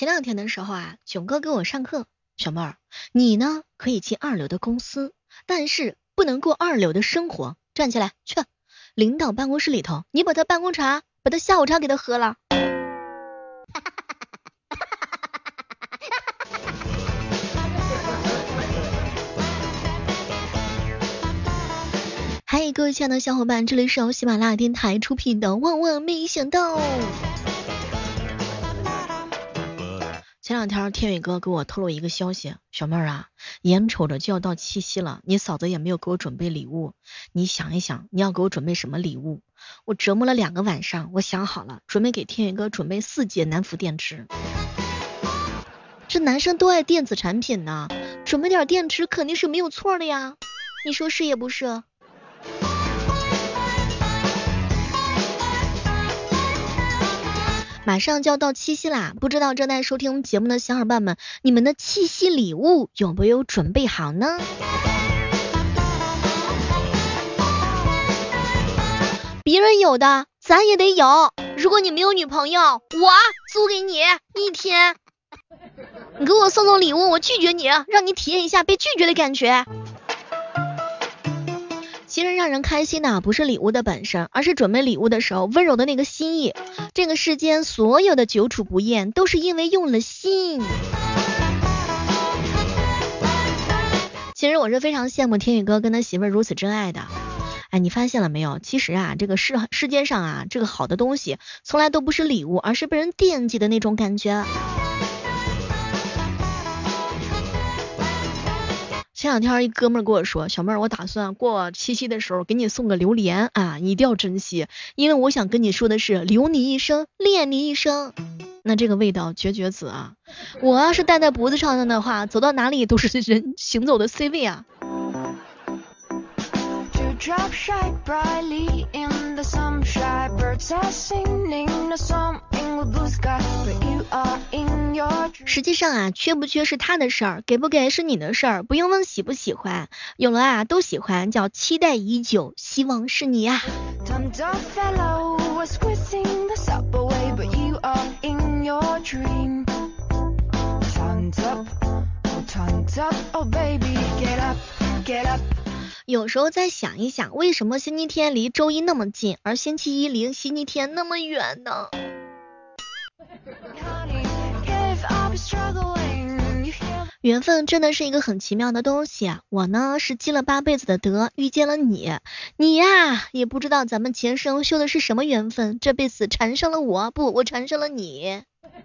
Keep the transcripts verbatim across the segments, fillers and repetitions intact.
前两天的时候啊，囧哥给我上课，小妹儿，你呢可以进二流的公司，但是不能过二流的生活。站起来去，领导办公室里头，你把他办公茶，把他下午茶给他喝了。嗨，各位亲爱的小伙伴，这里是由喜马拉雅电台出品的万万没想到。前两天天宇哥给我透露一个消息，小妹儿啊，眼瞅着就要到七夕了，你嫂子也没有给我准备礼物，你想一想你要给我准备什么礼物？我折磨了两个晚上，我想好了，准备给天宇哥准备四节南孚电池。这男生都爱电子产品呢，准备点电池肯定是没有错的呀，你说是也不是？马上就要到七夕啦，不知道正在收听节目的小伙伴们，你们的七夕礼物有没有准备好呢？别人有的咱也得有，如果你没有女朋友，我租给你一天，你给我送送礼物，我拒绝你，让你体验一下被拒绝的感觉。其实让人开心的不是礼物的本身，而是准备礼物的时候温柔的那个心意。这个世间所有的久处不厌，都是因为用了心。其实我是非常羡慕天宇哥跟他媳妇儿如此真爱的。哎，你发现了没有？其实啊，这个世世间上啊，这个好的东西从来都不是礼物，而是被人惦记的那种感觉。前两天一哥们儿跟我说，小妹儿，我打算过七夕的时候给你送个榴莲啊，你一定要珍惜，因为我想跟你说的是留你一生，恋你一生。那这个味道绝绝子啊！我要是戴在脖子上的话，走到哪里都是人行走的 C 位啊。实际上啊，缺不缺是他的事儿，给不给是你的事儿，不用问喜不喜欢，有了啊都喜欢，叫期待已久，希望是你啊。有时候再想一想，为什么星期天离周一那么近，而星期一离星期天那么远呢？缘分真的是一个很奇妙的东西啊！我呢是积了八辈子的德，遇见了你，你呀也不知道咱们前生修的是什么缘分，这辈子缠上了我，不，我缠上了你。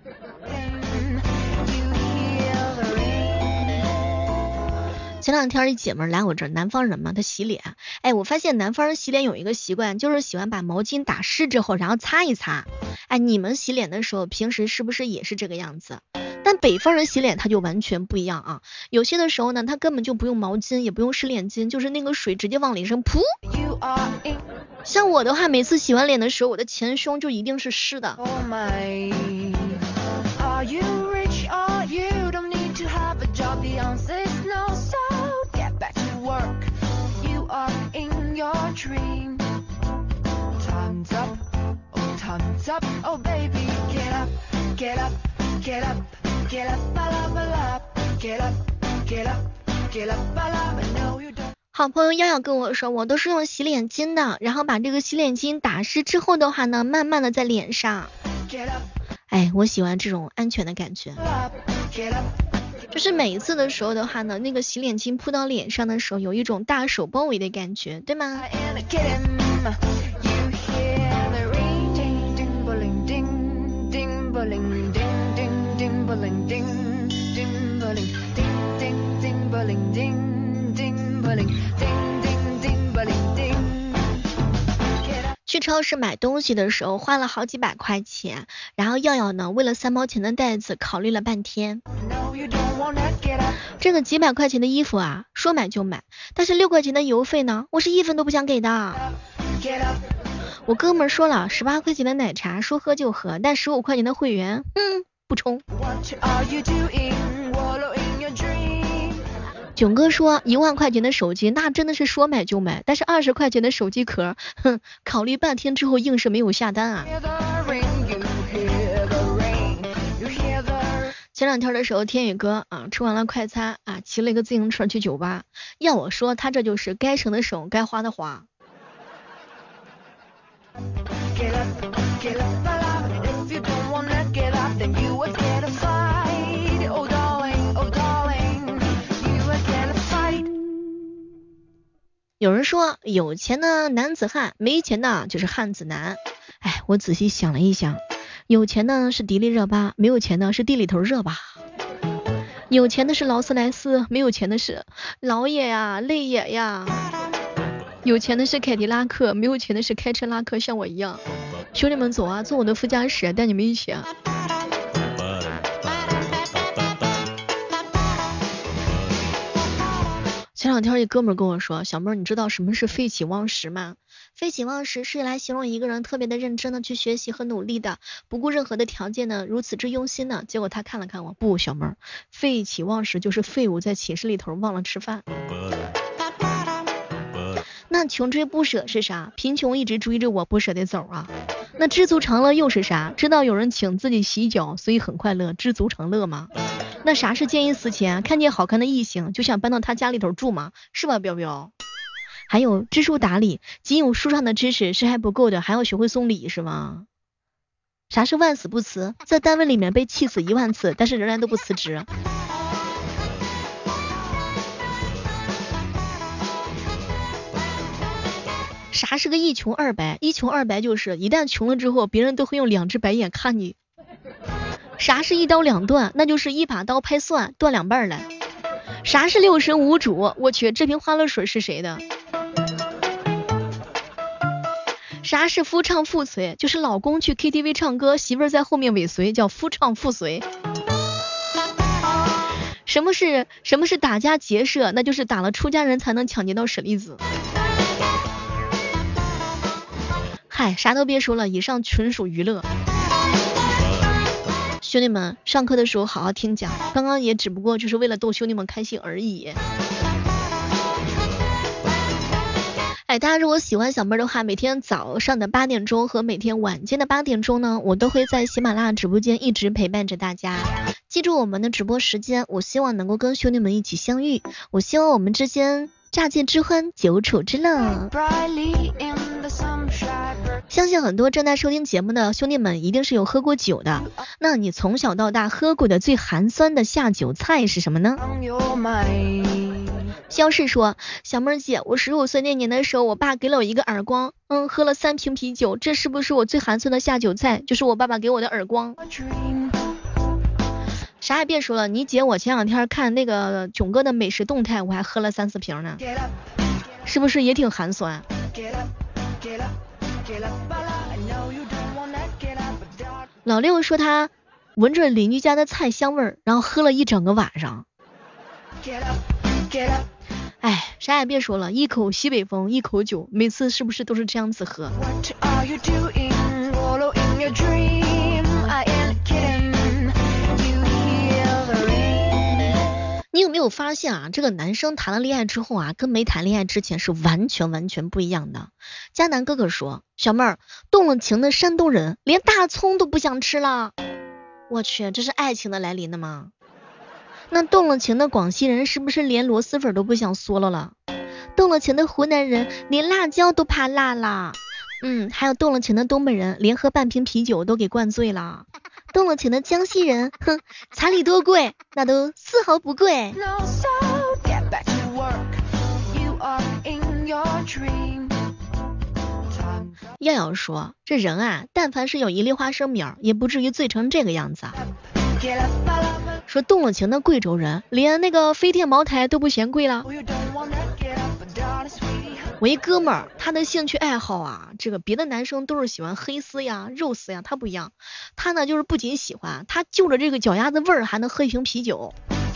前两天一姐妹来我这儿，南方人嘛，她洗脸，哎，我发现南方人洗脸有一个习惯，就是喜欢把毛巾打湿之后，然后擦一擦。哎，你们洗脸的时候，平时是不是也是这个样子？但北方人洗脸他就完全不一样啊，有些的时候呢，他根本就不用毛巾，也不用湿脸巾，就是那个水直接往脸上扑。像我的话，每次洗完脸的时候，我的前胸就一定是湿的。好朋友瑶瑶跟我说，我都是用洗脸巾的，然后把这个洗脸巾打湿之后的话呢，慢慢的在脸上。哎，我喜欢这种安全的感觉。就是每一次的时候的话呢，那个洗脸巾扑到脸上的时候，有一种大手包围的感觉，对吗？去超市买东西的时候花了好几百块钱，然后耀耀呢为了三毛钱的袋子考虑了半天。这个几百块钱的衣服啊，说买就买，但是六块钱的邮费呢，我是一分都不想给的。我哥们说了，十八块钱的奶茶说喝就喝，但十五块钱的会员，嗯，不充。囧哥说一万块钱的手机那真的是说买就买，但是二十块钱的手机壳，哼，考虑半天之后硬是没有下单啊。 前两天的时候，天宇哥啊吃完了快餐啊，骑了一个自行车去酒吧。要我说，他这就是该省的省，该花的花。有人说有钱的男子汉，没钱的就是汉子男。哎，我仔细想了一想，有钱的是迪丽热巴，没有钱的是地里头热巴。有钱的是劳斯莱斯，没有钱的是老爷呀、累爷呀。有钱的是凯迪拉克，没有钱的是开车拉客，像我一样。兄弟们走啊，坐我的副驾驶，带你们一起啊。前两天一哥们跟我说，小妹儿，你知道什么是废寝忘食吗？废寝忘食是用来形容一个人特别的认真的去学习和努力的，不顾任何的条件呢，如此之用心呢。结果他看了看我，不，小妹儿，废寝忘食就是废物在寝室里头忘了吃饭。那穷追不舍是啥？贫穷一直追着我不舍得走啊。那知足常乐又是啥？知道有人请自己洗脚，所以很快乐，知足常乐吗？那啥是见异思迁？看见好看的异性就想搬到他家里头住吗？是吧，彪彪？还有知书达理，仅有书上的知识是还不够的，还要学会送礼是吗？啥是万死不辞？在单位里面被气死一万次，但是仍然都不辞职。啥是个一穷二白？一穷二白就是一旦穷了之后，别人都会用两只白眼看你。啥是一刀两断？那就是一把刀拍蒜，断两半了。啥是六神无主？我去，这瓶欢乐水是谁的？啥是夫唱妇随？就是老公去 K T V 唱歌，媳妇儿在后面尾随，叫夫唱妇随。什么是什么是打家劫舍？那就是打了出家人才能抢劫到舍利子。嗨，啥都别说了，以上纯属娱乐。兄弟们，上课的时候好好听讲，刚刚也只不过就是为了逗兄弟们开心而已。哎，大家如果喜欢小妹的话，每天早上的八点钟和每天晚间的八点钟呢，我都会在喜马拉雅直播间一直陪伴着大家。记住我们的直播时间，我希望能够跟兄弟们一起相遇，我希望我们之间乍见之欢，久处之乐。相信很多正在收听节目的兄弟们一定是有喝过酒的，那你从小到大喝过的最寒酸的下酒菜是什么呢？肖氏说，小妹姐，我十五岁那年的时候，我爸给了我一个耳光，嗯，喝了三瓶啤酒，这是不是我最寒酸的下酒菜？就是我爸爸给我的耳光。啥也别说了，你姐我前两天看那个囧哥的美食动态，我还喝了三四瓶呢，是不是也挺寒酸？老六说他闻着邻居家的菜香味儿，然后喝了一整个晚上。哎，啥也别说了，一口西北风，一口酒，每次是不是都是这样子喝？你有没有发现啊，这个男生谈了恋爱之后啊，跟没谈恋爱之前是完全完全不一样的。佳南哥哥说，小妹儿，动了情的山东人连大葱都不想吃了。我去，这是爱情的来临了吗？那动了情的广西人是不是连螺蛳粉都不想嗦了了？动了情的湖南人连辣椒都怕辣啦。嗯，还有动了情的东北人连喝半瓶啤酒都给灌醉了。动了情的江西人，哼，彩礼多贵，那都丝毫不贵。耀耀说，这人啊，但凡是有一粒花生米儿，也不至于醉成这个样子啊。说动了情的贵州人连那个飞天茅台都不嫌贵了。我一哥们儿，他的兴趣爱好啊，这个别的男生都是喜欢黑丝呀、肉丝呀，他不一样，他呢就是不仅喜欢，他就着这个脚丫子味儿还能喝一瓶啤酒。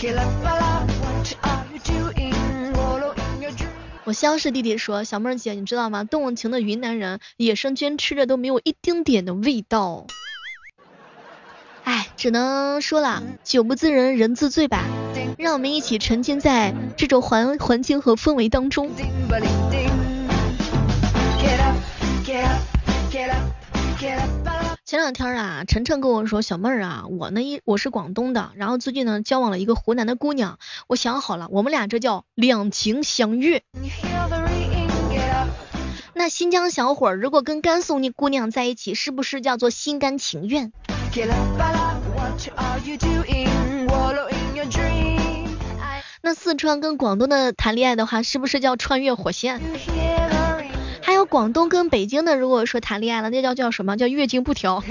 我肖氏弟弟说，小妹儿姐你知道吗？动了情的云南人野生菌吃着都没有一丁点的味道。哎，只能说了，酒不自人人自醉吧，让我们一起沉浸在这种环环境和氛围当中。其前两天啊，晨晨跟我说，小妹儿啊，我呢一我是广东的，然后最近呢交往了一个湖南的姑娘，我想好了，我们俩这叫两情相悦。那新疆小伙儿如果跟甘肃那姑娘在一起，是不是叫做心甘情愿？那四川跟广东的谈恋爱的话，是不是叫穿越火线？还有广东跟北京的，如果说谈恋爱了，那叫叫什么？叫月经不调。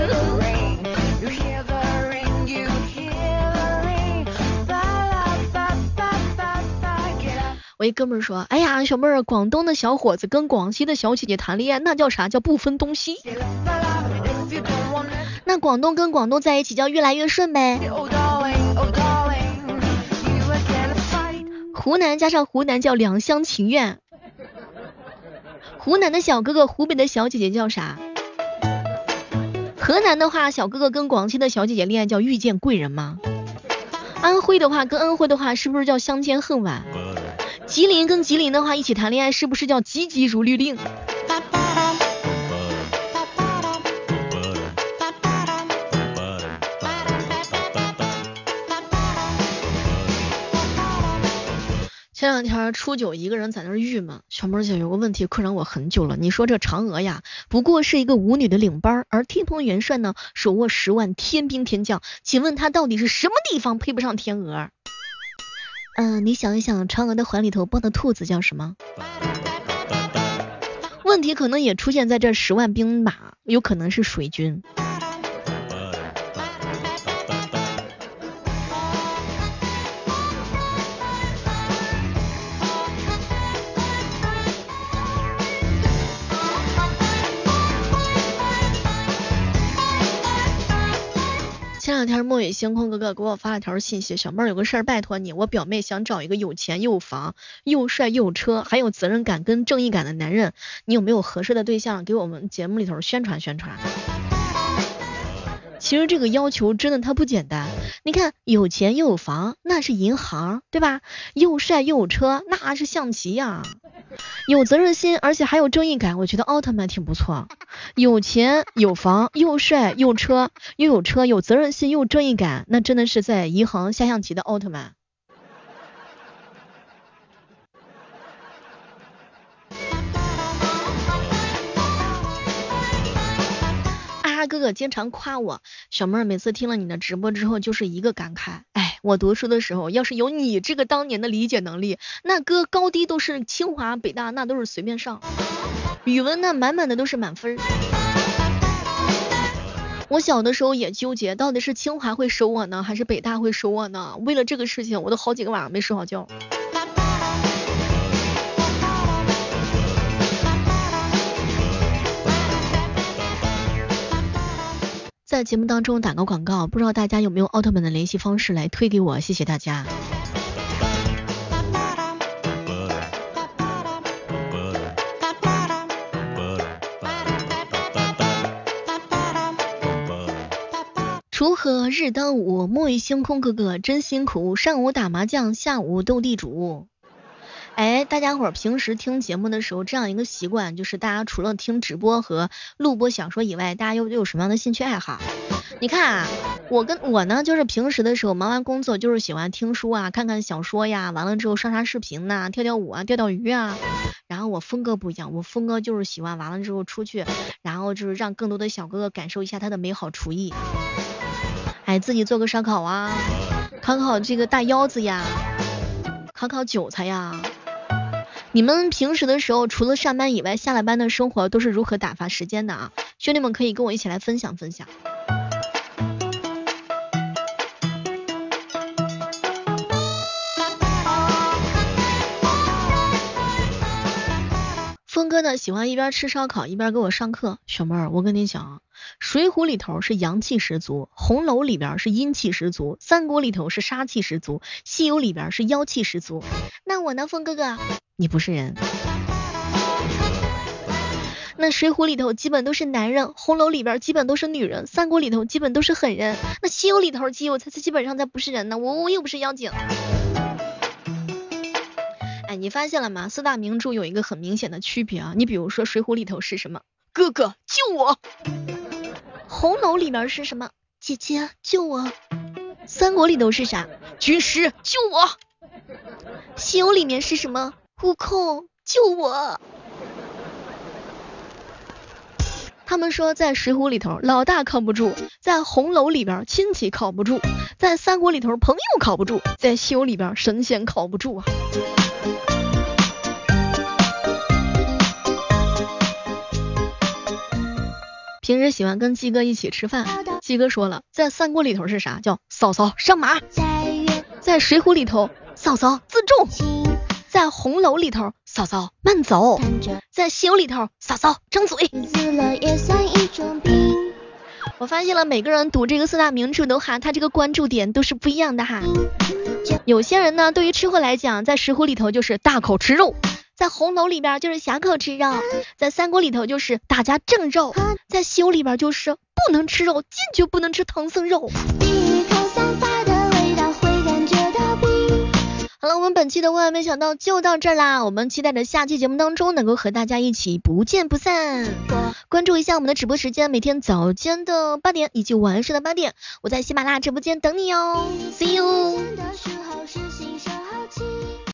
我一哥们儿说，哎呀，小妹儿，广东的小伙子跟广西的小姐姐谈恋爱，那叫啥？叫不分东西。那广东跟广东在一起叫越来越顺呗。湖南加上湖南叫两厢情愿。湖南的小哥哥，湖北的小姐姐叫啥？河南的话，小哥哥跟广西的小姐姐恋爱叫遇见贵人吗？安徽的话跟安徽的话是不是叫相见恨晚？吉林跟吉林的话一起谈恋爱是不是叫急急如律令？前两天初九一个人在那儿郁闷，小妹儿姐有个问题困扰我很久了。你说这嫦娥呀，不过是一个舞女的领班，而天蓬元帅呢，手握十万天兵天将，请问他到底是什么地方配不上天鹅？嗯、呃，你想一想，嫦娥的怀里头抱的兔子叫什么？问题可能也出现在这十万兵马，有可能是水军。前两天墨雨星空哥哥给我发了条信息，小妹儿有个事儿拜托你，我表妹想找一个有钱又有房又帅又有车还有责任感跟正义感的男人，你有没有合适的对象给我们节目里头宣传宣传？其实这个要求真的它不简单，你看有钱又有房那是银行对吧，又帅又有车那是象棋呀、啊，有责任心而且还有正义感，我觉得奥特曼挺不错。有钱有房又帅又车又有车有责任心又有正义感，那真的是在银行下象棋的奥特曼。啊哥哥经常夸我，小妹儿每次听了你的直播之后就是一个感慨，哎，我读书的时候要是有你这个当年的理解能力，那哥高低都是清华北大那都是随便上，语文那满满的都是满分。我小的时候也纠结，到底是清华会收我呢还是北大会收我呢，为了这个事情我都好几个晚上没睡好觉。在节目当中打个广告，不知道大家有没有奥特曼的联系方式来推给我，谢谢大家。锄禾日当午，莫以星空哥哥真辛苦，上午打麻将，下午斗地主。哎，大家伙儿平时听节目的时候，这样一个习惯就是大家除了听直播和录播小说以外，大家又有什么样的兴趣爱好？你看啊，我跟我呢，就是平时的时候忙完工作，就是喜欢听书啊，看看小说呀，完了之后刷刷视频呐、啊，跳跳舞啊，钓钓鱼啊。然后我风格不一样，我风格就是喜欢完了之后出去，然后就是让更多的小哥哥感受一下他的美好厨艺。哎，自己做个烧烤啊，烤烤这个大腰子呀，烤烤韭菜呀。你们平时的时候除了上班以外，下了班的生活都是如何打发时间的啊？兄弟们可以跟我一起来分享分享。峰哥呢喜欢一边吃烧烤一边给我上课，小妹儿我跟你讲，水浒里头是阳气十足，红楼里边是阴气十足，三国里头是杀气十足，西游里边是妖气十足。那我呢，峰哥哥，你不是人。那水浒里头基本都是男人，红楼里边基本都是女人，三国里头基本都是狠人，那西游里头基友才基本上才不是人呢，我我又不是妖精。哎，你发现了吗？四大名著有一个很明显的区别啊，你比如说水浒里头是什么？哥哥救我。 红楼里面是什么？姐姐救我。三国里头是啥？军师救我。西游里面是什么？悟空救我。他们说在水浒里头老大靠不住，在红楼里边亲戚靠不住，在三国里头朋友靠不住，在西游里边神仙靠不住啊。平时喜欢跟鸡哥一起吃饭，鸡哥说了，在三国里头是啥？叫嫂嫂上马。在水浒里头嫂嫂自重，在红楼里头嫂嫂慢走，在西游里头嫂嫂张嘴。我发现了每个人读这个四大名著的话，他这个关注点都是不一样的哈。有些人呢，对于吃货来讲，在水浒里头就是大口吃肉，在红楼里边就是小口吃肉，在三国里头就是大家正肉，在西游里边就是不能吃肉，坚决不能吃唐僧肉。好了，我们本期的万万没想到就到这儿啦，我们期待着下期节目当中能够和大家一起不见不散。关注一下我们的直播时间，每天早间的八点以及晚上的八点，我在喜马拉雅直播间等你哦 ，See you。